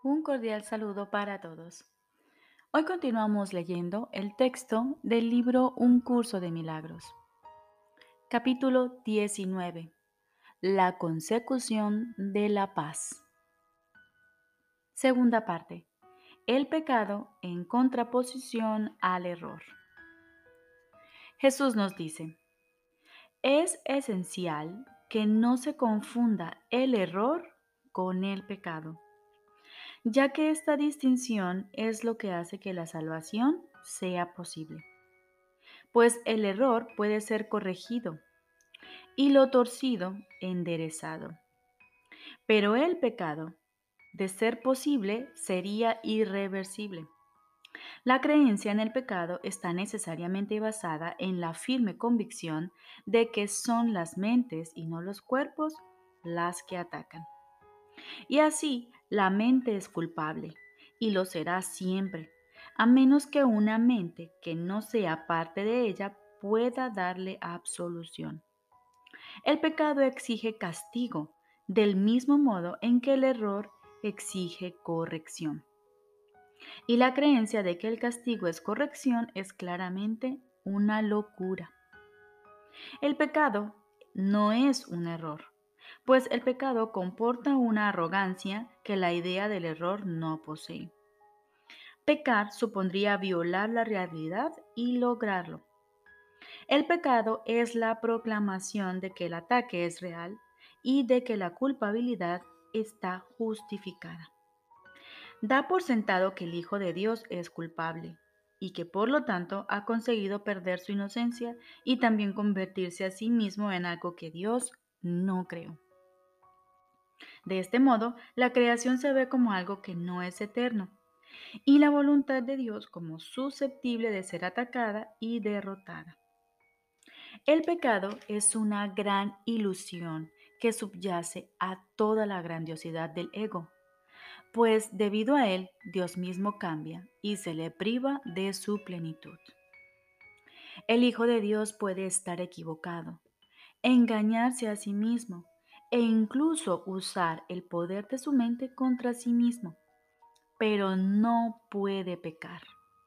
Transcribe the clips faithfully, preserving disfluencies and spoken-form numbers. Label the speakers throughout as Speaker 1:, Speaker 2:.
Speaker 1: Un cordial saludo para todos. Hoy continuamos leyendo el texto del libro Un curso de milagros. Capítulo diecinueve. La consecución de la paz. Segunda parte. El pecado en contraposición al error. Jesús nos dice, es esencial que no se confunda el error con el pecado, ya que esta distinción es lo que hace que la salvación sea posible. Pues el error puede ser corregido y lo torcido enderezado. Pero el pecado, de ser posible, sería irreversible. La creencia en el pecado está necesariamente basada en la firme convicción de que son las mentes y no los cuerpos las que atacan. Y así, la mente es culpable y lo será siempre, a menos que una mente que no sea parte de ella pueda darle absolución. El pecado exige castigo, del mismo modo en que el error exige corrección. Y la creencia de que el castigo es corrección es claramente una locura. El pecado no es un error, pues el pecado comporta una arrogancia que la idea del error no posee. Pecar supondría violar la realidad y lograrlo. El pecado es la proclamación de que el ataque es real y de que la culpabilidad está justificada. Da por sentado que el Hijo de Dios es culpable y que por lo tanto ha conseguido perder su inocencia y también convertirse a sí mismo en algo que Dios no creó. De este modo, la creación se ve como algo que no es eterno y la voluntad de Dios como susceptible de ser atacada y derrotada. El pecado es una gran ilusión que subyace a toda la grandiosidad del ego, pues debido a él Dios mismo cambia y se le priva de su plenitud. El Hijo de Dios puede estar equivocado, engañarse a sí mismo e incluso usar el poder de su mente contra sí mismo, pero no puede pecar.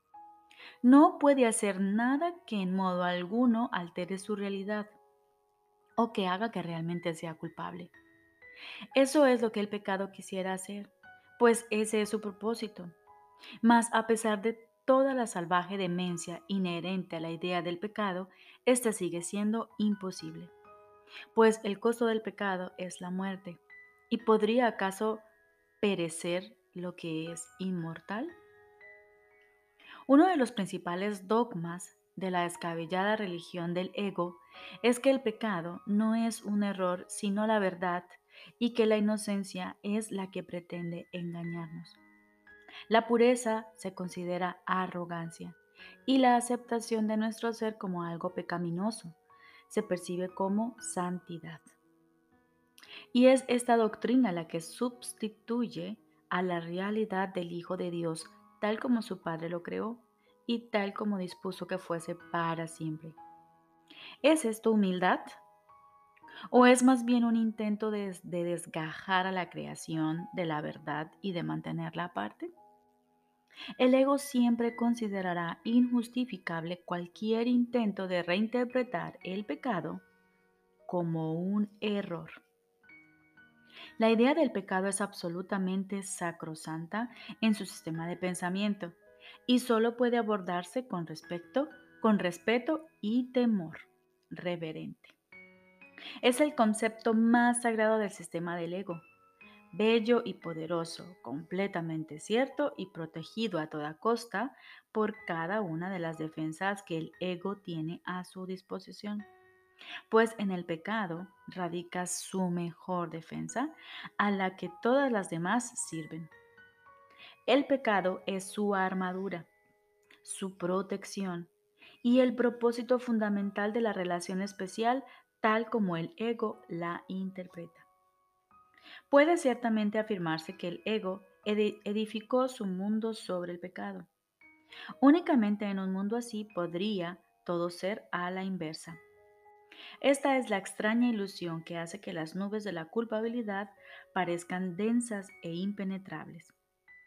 Speaker 1: No puede hacer nada que en modo alguno altere su realidad o que haga que realmente sea culpable. Eso es lo que el pecado quisiera hacer, pues ese es su propósito. Mas a pesar de toda la salvaje demencia inherente a la idea del pecado, ésta sigue siendo imposible, pues el costo del pecado es la muerte. ¿Y podría acaso perecer lo que es inmortal? Uno de los principales dogmas de la descabellada religión del ego es que el pecado no es un error sino la verdad y que la inocencia es la que pretende engañarnos. La pureza se considera arrogancia y la aceptación de nuestro ser como algo pecaminoso se percibe como santidad. Y es esta doctrina la que sustituye a la realidad del Hijo de Dios tal como su Padre lo creó y tal como dispuso que fuese para siempre. ¿Es esto humildad? ¿O es más bien un intento de, de desgajar a la creación de la verdad y de mantenerla aparte? El ego siempre considerará injustificable cualquier intento de reinterpretar el pecado como un error. La idea del pecado es absolutamente sacrosanta en su sistema de pensamiento y solo puede abordarse con respecto, con respeto y temor reverente. Es el concepto más sagrado del sistema del ego, bello y poderoso, completamente cierto y protegido a toda costa por cada una de las defensas que el ego tiene a su disposición. Pues en el pecado radica su mejor defensa, a la que todas las demás sirven. El pecado es su armadura, su protección y el propósito fundamental de la relación especial tal como el ego la interpreta. Puede ciertamente afirmarse que el ego edi- edificó su mundo sobre el pecado. Únicamente en un mundo así podría todo ser a la inversa. Esta es la extraña ilusión que hace que las nubes de la culpabilidad parezcan densas e impenetrables.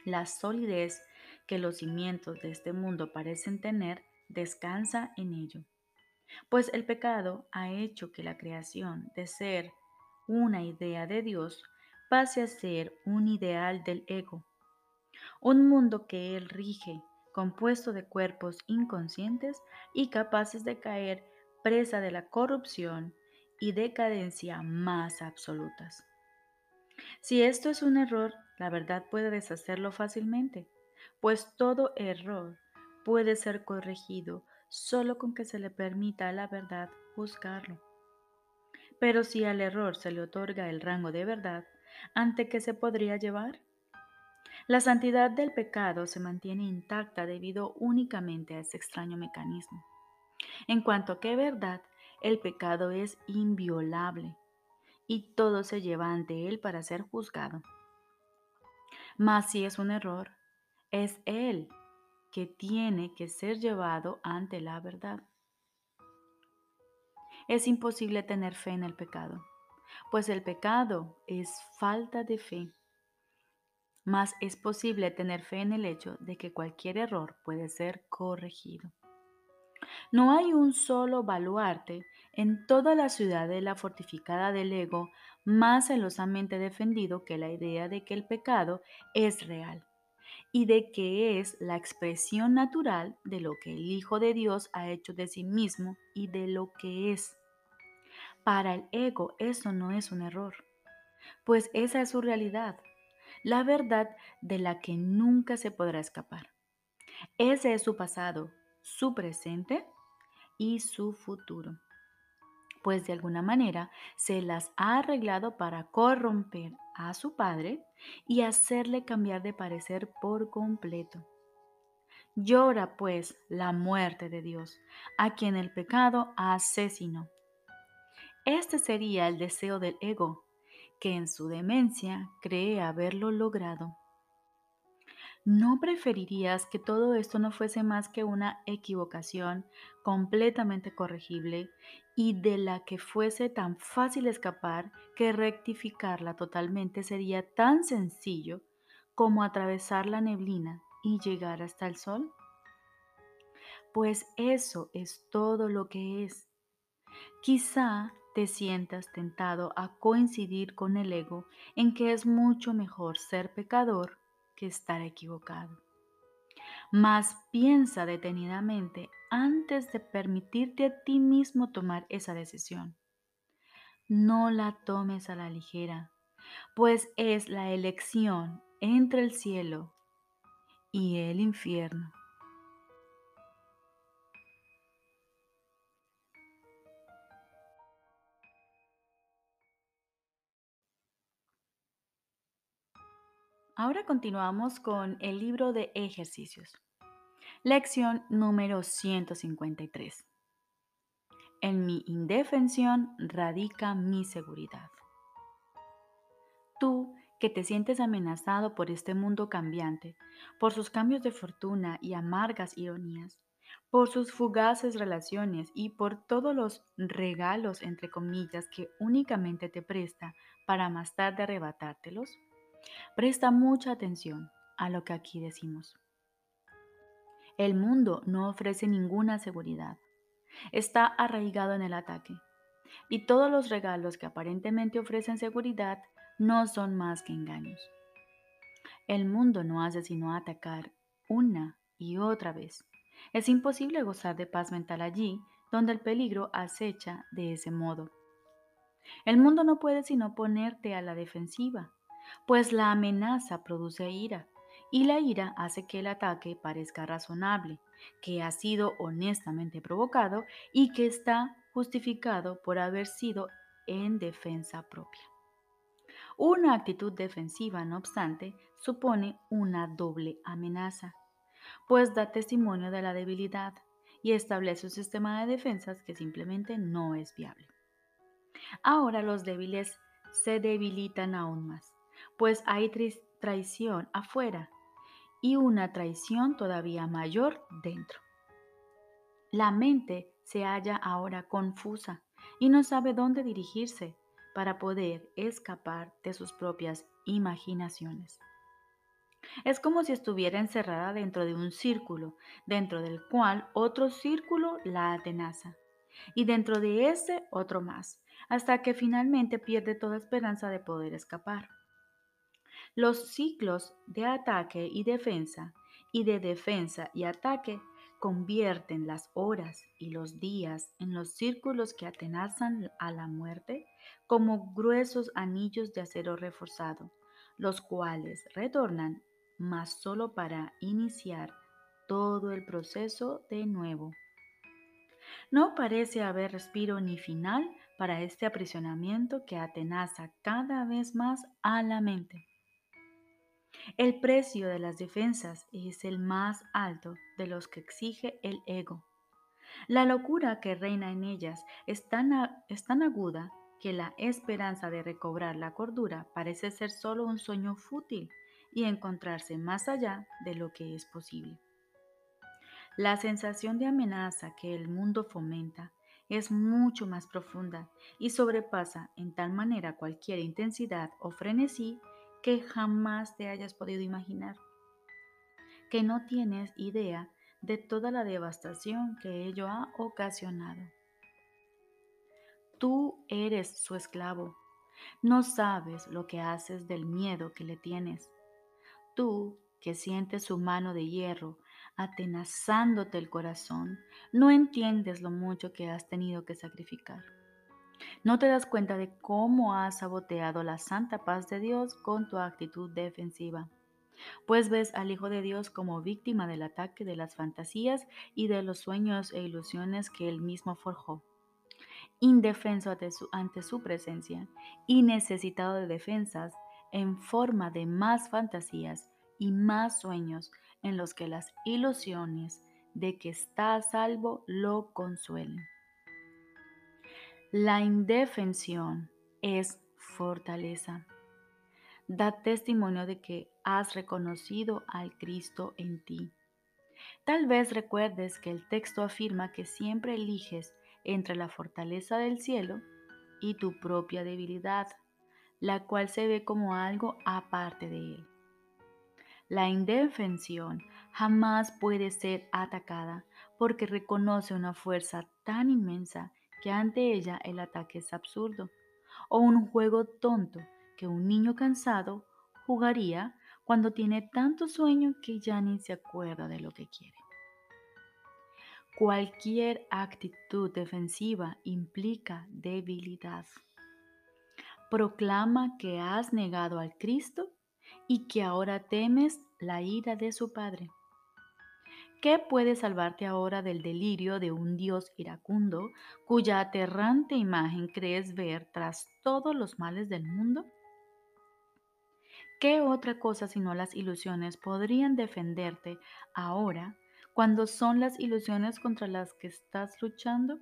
Speaker 1: La solidez que los cimientos de este mundo parecen tener descansa en ello, pues el pecado ha hecho que la creación de ser una idea de Dios pase a ser un ideal del ego, un mundo que Él rige, compuesto de cuerpos inconscientes y capaces de caer presa de la corrupción y decadencia más absolutas. Si esto es un error, la verdad puede deshacerlo fácilmente, pues todo error puede ser corregido solo con que se le permita a la verdad juzgarlo. Pero si al error se le otorga el rango de verdad, ¿ante qué se podría llevar? La santidad del pecado se mantiene intacta debido únicamente a ese extraño mecanismo. En cuanto que verdad, el pecado es inviolable y todo se lleva ante él para ser juzgado. Mas si es un error, es él que tiene que ser llevado ante la verdad. Es imposible tener fe en el pecado, pues el pecado es falta de fe. Mas es posible tener fe en el hecho de que cualquier error puede ser corregido. No hay un solo baluarte en toda la ciudadela fortificada del ego más celosamente defendido que la idea de que el pecado es real y de que es la expresión natural de lo que el Hijo de Dios ha hecho de sí mismo y de lo que es. Para el ego eso no es un error, pues esa es su realidad, la verdad de la que nunca se podrá escapar. Ese es su pasado, su presente y su futuro, pues de alguna manera se las ha arreglado para corromper a su padre y hacerle cambiar de parecer por completo. Llora pues la muerte de Dios, a quien el pecado asesinó. Este sería el deseo del ego, que en su demencia cree haberlo logrado. ¿No preferirías que todo esto no fuese más que una equivocación completamente corregible y de la que fuese tan fácil escapar que rectificarla totalmente sería tan sencillo como atravesar la neblina y llegar hasta el sol? Pues eso es todo lo que es. Quizá te sientas tentado a coincidir con el ego en que es mucho mejor ser pecador que estar equivocado. Mas piensa detenidamente antes de permitirte a ti mismo tomar esa decisión. No la tomes a la ligera, pues es la elección entre el cielo y el infierno. Ahora continuamos con el libro de ejercicios. Lección número ciento cincuenta y tres. En mi indefensión radica mi seguridad. Tú, que te sientes amenazado por este mundo cambiante, por sus cambios de fortuna y amargas ironías, por sus fugaces relaciones y por todos los regalos, entre comillas, que únicamente te presta para más tarde arrebatártelos, presta mucha atención a lo que aquí decimos. El mundo no ofrece ninguna seguridad. Está arraigado en el ataque. Y todos los regalos que aparentemente ofrecen seguridad no son más que engaños. El mundo no hace sino atacar una y otra vez. Es imposible gozar de paz mental allí donde el peligro acecha de ese modo. El mundo no puede sino ponerte a la defensiva, pues la amenaza produce ira, y la ira hace que el ataque parezca razonable, que ha sido honestamente provocado y que está justificado por haber sido en defensa propia. Una actitud defensiva, no obstante, supone una doble amenaza, pues da testimonio de la debilidad y establece un sistema de defensas que simplemente no es viable. Ahora los débiles se debilitan aún más, pues hay tris- traición afuera y una traición todavía mayor dentro. La mente se halla ahora confusa y no sabe dónde dirigirse para poder escapar de sus propias imaginaciones. Es como si estuviera encerrada dentro de un círculo, dentro del cual otro círculo la atenaza, y dentro de ese otro más, hasta que finalmente pierde toda esperanza de poder escapar. Los ciclos de ataque y defensa y de defensa y ataque convierten las horas y los días en los círculos que atenazan a la muerte como gruesos anillos de acero reforzado, los cuales retornan, mas solo para iniciar todo el proceso de nuevo. No parece haber respiro ni final para este aprisionamiento que atenaza cada vez más a la mente. El precio de las defensas es el más alto de los que exige el ego. La locura que reina en ellas es tan, a- es tan aguda que la esperanza de recobrar la cordura parece ser solo un sueño fútil y encontrarse más allá de lo que es posible. La sensación de amenaza que el mundo fomenta es mucho más profunda y sobrepasa en tal manera cualquier intensidad o frenesí que jamás te hayas podido imaginar, que no tienes idea de toda la devastación que ello ha ocasionado. Tú eres su esclavo. No sabes lo que haces del miedo que le tienes. Tú, que sientes su mano de hierro atenazándote el corazón, no entiendes lo mucho que has tenido que sacrificar. No te das cuenta de cómo has saboteado la santa paz de Dios con tu actitud defensiva, pues ves al Hijo de Dios como víctima del ataque de las fantasías y de los sueños e ilusiones que él mismo forjó, indefenso ante su, ante su presencia y necesitado de defensas en forma de más fantasías y más sueños en los que las ilusiones de que está a salvo lo consuelen. La indefensión es fortaleza. Da testimonio de que has reconocido al Cristo en ti. Tal vez recuerdes que el texto afirma que siempre eliges entre la fortaleza del cielo y tu propia debilidad, la cual se ve como algo aparte de él. La indefensión jamás puede ser atacada porque reconoce una fuerza tan inmensa que ante ella el ataque es absurdo, o un juego tonto que un niño cansado jugaría cuando tiene tanto sueño que ya ni se acuerda de lo que quiere. Cualquier actitud defensiva implica debilidad. Proclama que has negado al Cristo y que ahora temes la ira de su Padre. ¿Qué puede salvarte ahora del delirio de un Dios iracundo cuya aterrante imagen crees ver tras todos los males del mundo? ¿Qué otra cosa sino las ilusiones podrían defenderte ahora cuando son las ilusiones contra las que estás luchando?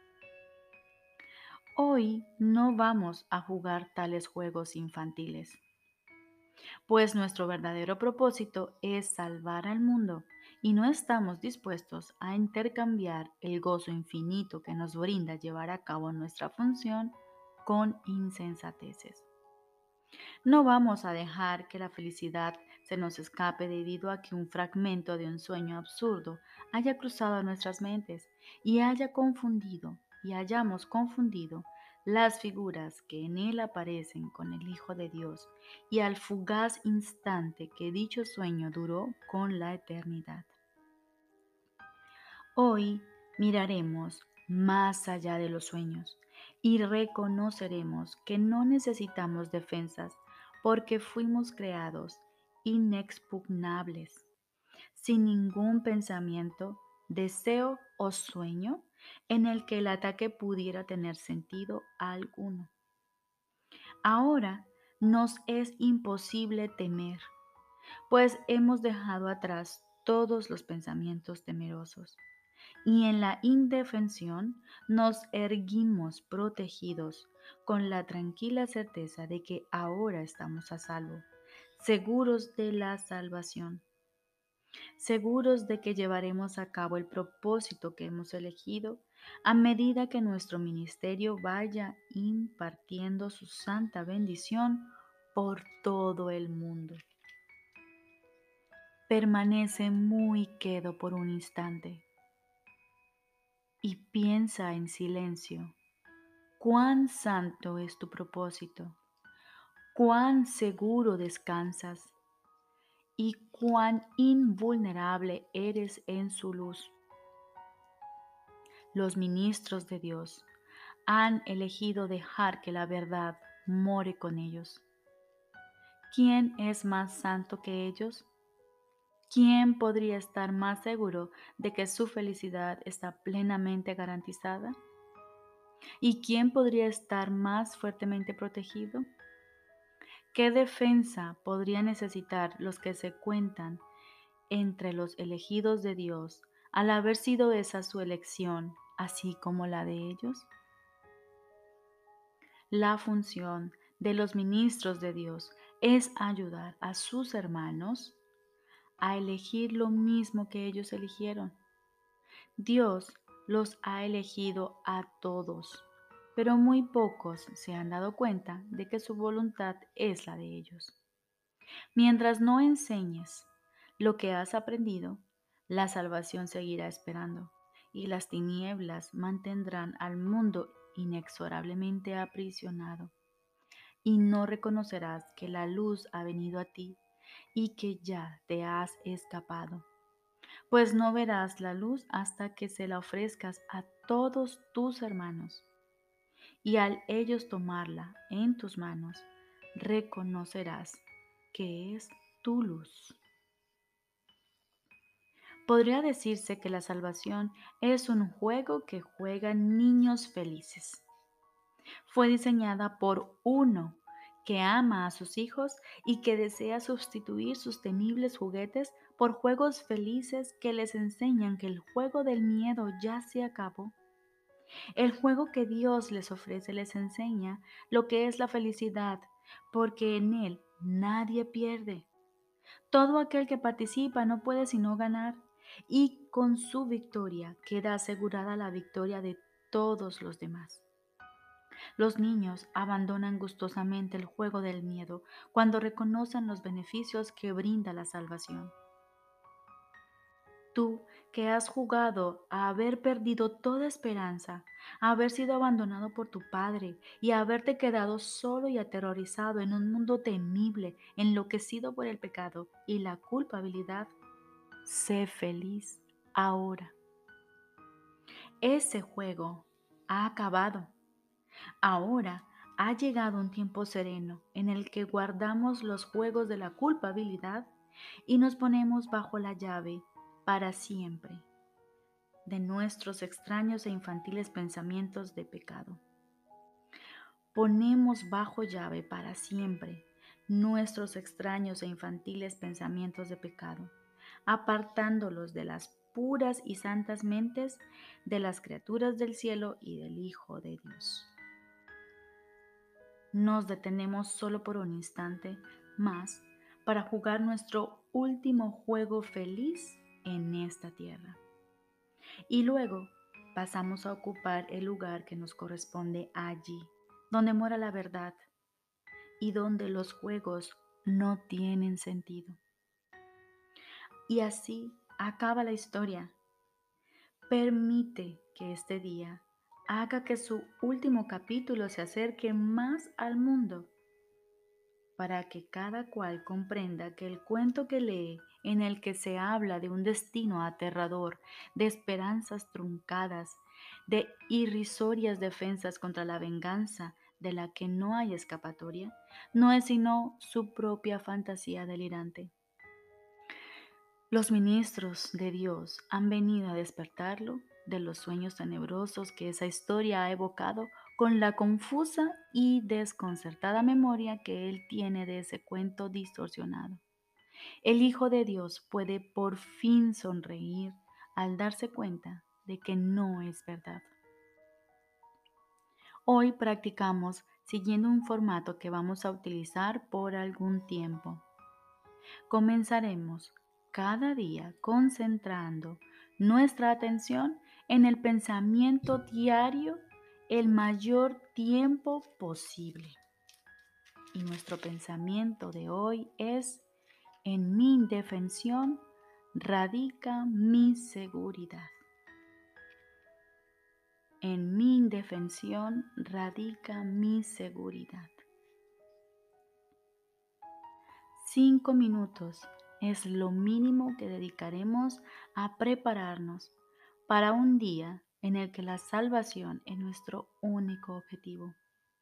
Speaker 1: Hoy no vamos a jugar tales juegos infantiles, pues nuestro verdadero propósito es salvar al mundo y no estamos dispuestos a intercambiar el gozo infinito que nos brinda llevar a cabo nuestra función con insensateces. No vamos a dejar que la felicidad se nos escape debido a que un fragmento de un sueño absurdo haya cruzado nuestras mentes y haya confundido y hayamos confundido las figuras que en él aparecen con el Hijo de Dios y al fugaz instante que dicho sueño duró con la eternidad. Hoy miraremos más allá de los sueños y reconoceremos que no necesitamos defensas porque fuimos creados inexpugnables, sin ningún pensamiento, deseo o sueño en el que el ataque pudiera tener sentido alguno. Ahora nos es imposible temer, pues hemos dejado atrás todos los pensamientos temerosos y en la indefensión nos erguimos protegidos con la tranquila certeza de que ahora estamos a salvo, seguros de la salvación, seguros de que llevaremos a cabo el propósito que hemos elegido a medida que nuestro ministerio vaya impartiendo su santa bendición por todo el mundo. Permanece muy quedo por un instante y piensa en silencio cuán santo es tu propósito, cuán seguro descansas y cuán invulnerable eres en su luz. Los ministros de Dios han elegido dejar que la verdad more con ellos. ¿Quién es más santo que ellos? ¿Quién podría estar más seguro de que su felicidad está plenamente garantizada? ¿Y quién podría estar más fuertemente protegido? ¿Qué defensa podría necesitar los que se cuentan entre los elegidos de Dios al haber sido esa su elección, así como la de ellos? La función de los ministros de Dios es ayudar a sus hermanos a elegir lo mismo que ellos eligieron. Dios los ha elegido a todos, pero muy pocos se han dado cuenta de que su voluntad es la de ellos. Mientras no enseñes lo que has aprendido, la salvación seguirá esperando y las tinieblas mantendrán al mundo inexorablemente aprisionado. Y no reconocerás que la luz ha venido a ti y que ya te has escapado, pues no verás la luz hasta que se la ofrezcas a todos tus hermanos, y al ellos tomarla en tus manos, reconocerás que es tu luz. Podría decirse que la salvación es un juego que juegan niños felices. Fue diseñada por uno que ama a sus hijos y que desea sustituir sus temibles juguetes por juegos felices que les enseñan que el juego del miedo ya se acabó. El juego que Dios les ofrece les enseña lo que es la felicidad, porque en él nadie pierde. Todo aquel que participa no puede sino ganar, y con su victoria queda asegurada la victoria de todos los demás. Los niños abandonan gustosamente el juego del miedo cuando reconocen los beneficios que brinda la salvación. Tú que has jugado a haber perdido toda esperanza, a haber sido abandonado por tu padre y a haberte quedado solo y aterrorizado en un mundo temible, enloquecido por el pecado y la culpabilidad, sé feliz ahora. Ese juego ha acabado. Ahora ha llegado un tiempo sereno en el que guardamos los juegos de la culpabilidad y nos ponemos bajo la llave para siempre de nuestros extraños e infantiles pensamientos de pecado. Ponemos bajo llave para siempre nuestros extraños e infantiles pensamientos de pecado, apartándolos de las puras y santas mentes de las criaturas del cielo y del Hijo de Dios. Nos detenemos solo por un instante más para jugar nuestro último juego feliz en esta tierra. Y luego pasamos a ocupar el lugar que nos corresponde allí, donde mora la verdad y donde los juegos no tienen sentido. Y así acaba la historia. Permite que este día haga que su último capítulo se acerque más al mundo, para que cada cual comprenda que el cuento que lee, en el que se habla de un destino aterrador, de esperanzas truncadas, de irrisorias defensas contra la venganza de la que no hay escapatoria, no es sino su propia fantasía delirante. Los ministros de Dios han venido a despertarlo de los sueños tenebrosos que esa historia ha evocado con la confusa y desconcertada memoria que él tiene de ese cuento distorsionado. El Hijo de Dios puede por fin sonreír al darse cuenta de que no es verdad. Hoy practicamos siguiendo un formato que vamos a utilizar por algún tiempo. Comenzaremos cada día concentrando nuestra atención en el pensamiento diario el mayor tiempo posible. Y nuestro pensamiento de hoy es: En mi indefensión radica mi seguridad. En mi indefensión radica mi seguridad. Cinco minutos es lo mínimo que dedicaremos a prepararnos para un día en el que la salvación es nuestro único objetivo.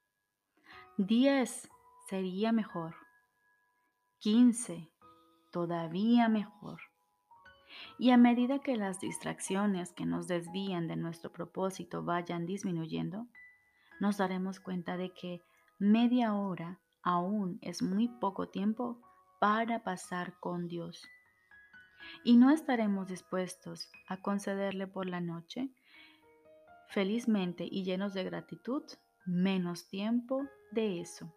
Speaker 1: Diez sería mejor. Quince todavía mejor. Y a medida que las distracciones que nos desvían de nuestro propósito vayan disminuyendo, nos daremos cuenta de que media hora aún es muy poco tiempo para pasar con Dios. Y no estaremos dispuestos a concederle por la noche, felizmente y llenos de gratitud, menos tiempo de eso.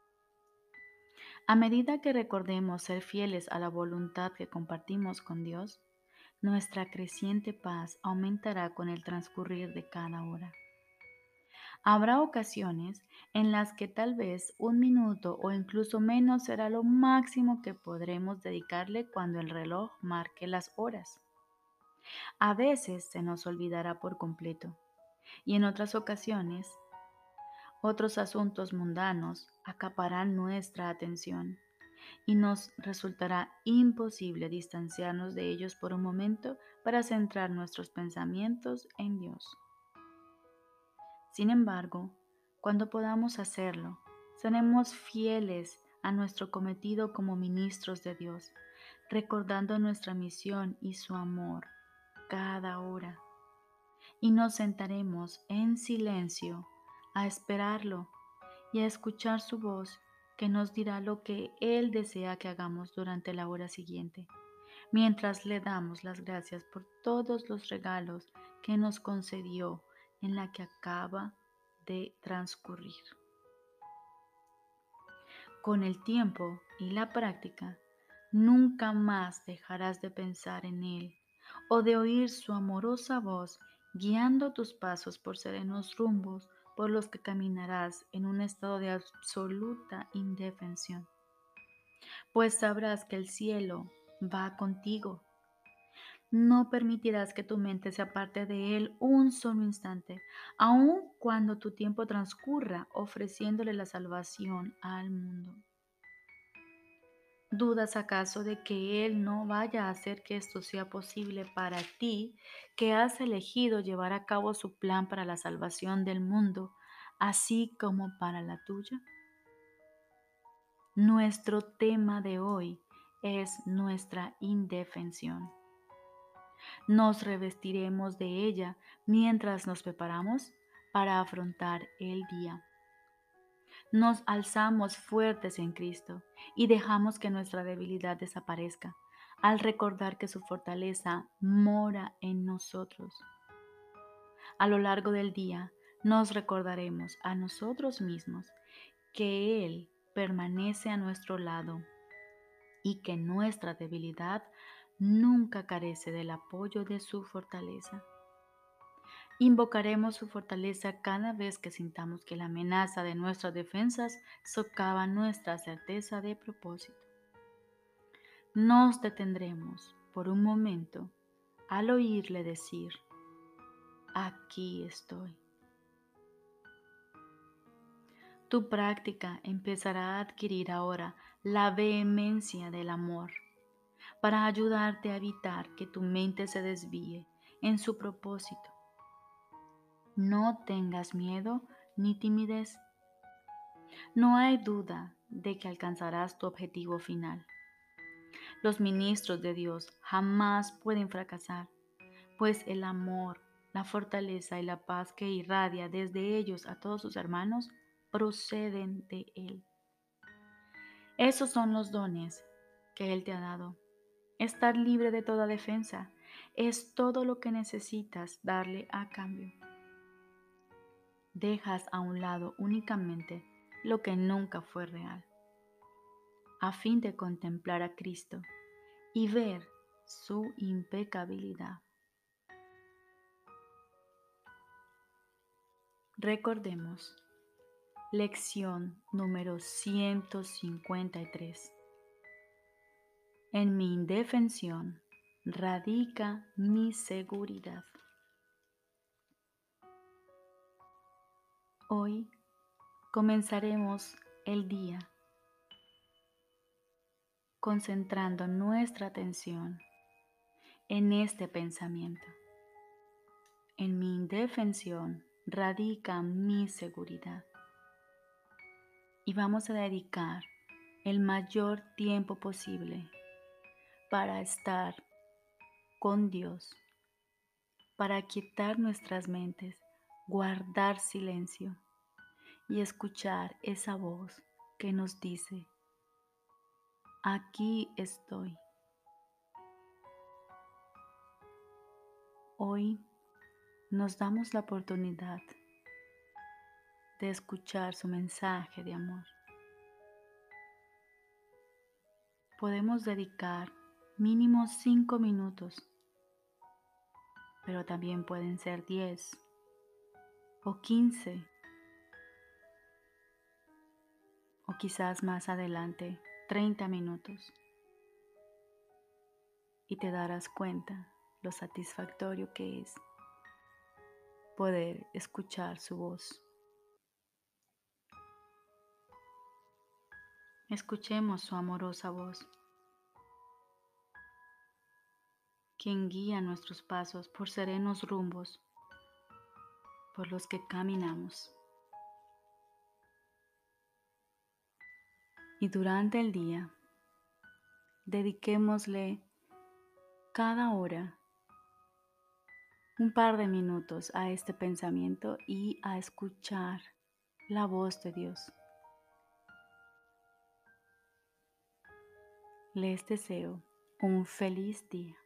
Speaker 1: A medida que recordemos ser fieles a la voluntad que compartimos con Dios, nuestra creciente paz aumentará con el transcurrir de cada hora. Habrá ocasiones en las que tal vez un minuto o incluso menos será lo máximo que podremos dedicarle cuando el reloj marque las horas. A veces se nos olvidará por completo y en otras ocasiones otros asuntos mundanos acaparán nuestra atención y nos resultará imposible distanciarnos de ellos por un momento para centrar nuestros pensamientos en Dios. Sin embargo, cuando podamos hacerlo, seremos fieles a nuestro cometido como ministros de Dios, recordando nuestra misión y su amor cada hora. Y nos sentaremos en silencio a esperarlo y a escuchar su voz que nos dirá lo que Él desea que hagamos durante la hora siguiente, mientras le damos las gracias por todos los regalos que nos concedió en la que acaba de transcurrir. Con el tiempo y la práctica, nunca más dejarás de pensar en Él o de oír su amorosa voz guiando tus pasos por serenos rumbos por los que caminarás en un estado de absoluta indefensión, pues sabrás que el cielo va contigo. No permitirás que tu mente se aparte de Él un solo instante, aun cuando tu tiempo transcurra ofreciéndole la salvación al mundo. ¿Dudas acaso de que Él no vaya a hacer que esto sea posible para ti, que has elegido llevar a cabo su plan para la salvación del mundo, así como para la tuya? Nuestro tema de hoy es nuestra indefensión. Nos revestiremos de ella mientras nos preparamos para afrontar el día. Nos alzamos fuertes en Cristo y dejamos que nuestra debilidad desaparezca al recordar que su fortaleza mora en nosotros. A lo largo del día nos recordaremos a nosotros mismos que Él permanece a nuestro lado y que nuestra debilidad nunca carece del apoyo de su fortaleza. Invocaremos su fortaleza cada vez que sintamos que la amenaza de nuestras defensas socava nuestra certeza de propósito. Nos detendremos por un momento al oírle decir: aquí estoy. Tu práctica empezará a adquirir ahora la vehemencia del amor para ayudarte a evitar que tu mente se desvíe en su propósito. No tengas miedo ni timidez. No hay duda de que alcanzarás tu objetivo final. Los ministros de Dios jamás pueden fracasar, pues el amor, la fortaleza y la paz que irradia desde ellos a todos sus hermanos proceden de Él. Esos son los dones que Él te ha dado. Estar libre de toda defensa es todo lo que necesitas darle a cambio. Dejas a un lado únicamente lo que nunca fue real, a fin de contemplar a Cristo y ver su impecabilidad. Recordemos, lección número ciento cincuenta y tres. En mi indefensión radica mi seguridad. Hoy comenzaremos el día concentrando nuestra atención en este pensamiento. En mi indefensión radica mi seguridad. Y vamos a dedicar el mayor tiempo posible para estar con Dios, para quietar nuestras mentes, guardar silencio y escuchar esa voz que nos dice: aquí estoy. Hoy nos damos la oportunidad de escuchar su mensaje de amor. Podemos dedicar mínimo cinco minutos, pero también pueden ser diez o quince, o quizás más adelante treinta minutos, y te darás cuenta lo satisfactorio que es poder escuchar su voz. Escuchemos su amorosa voz, quien guía nuestros pasos por serenos rumbos por los que caminamos. Y durante el día, dediquémosle cada hora un par de minutos a este pensamiento y a escuchar la voz de Dios. Les deseo un feliz día.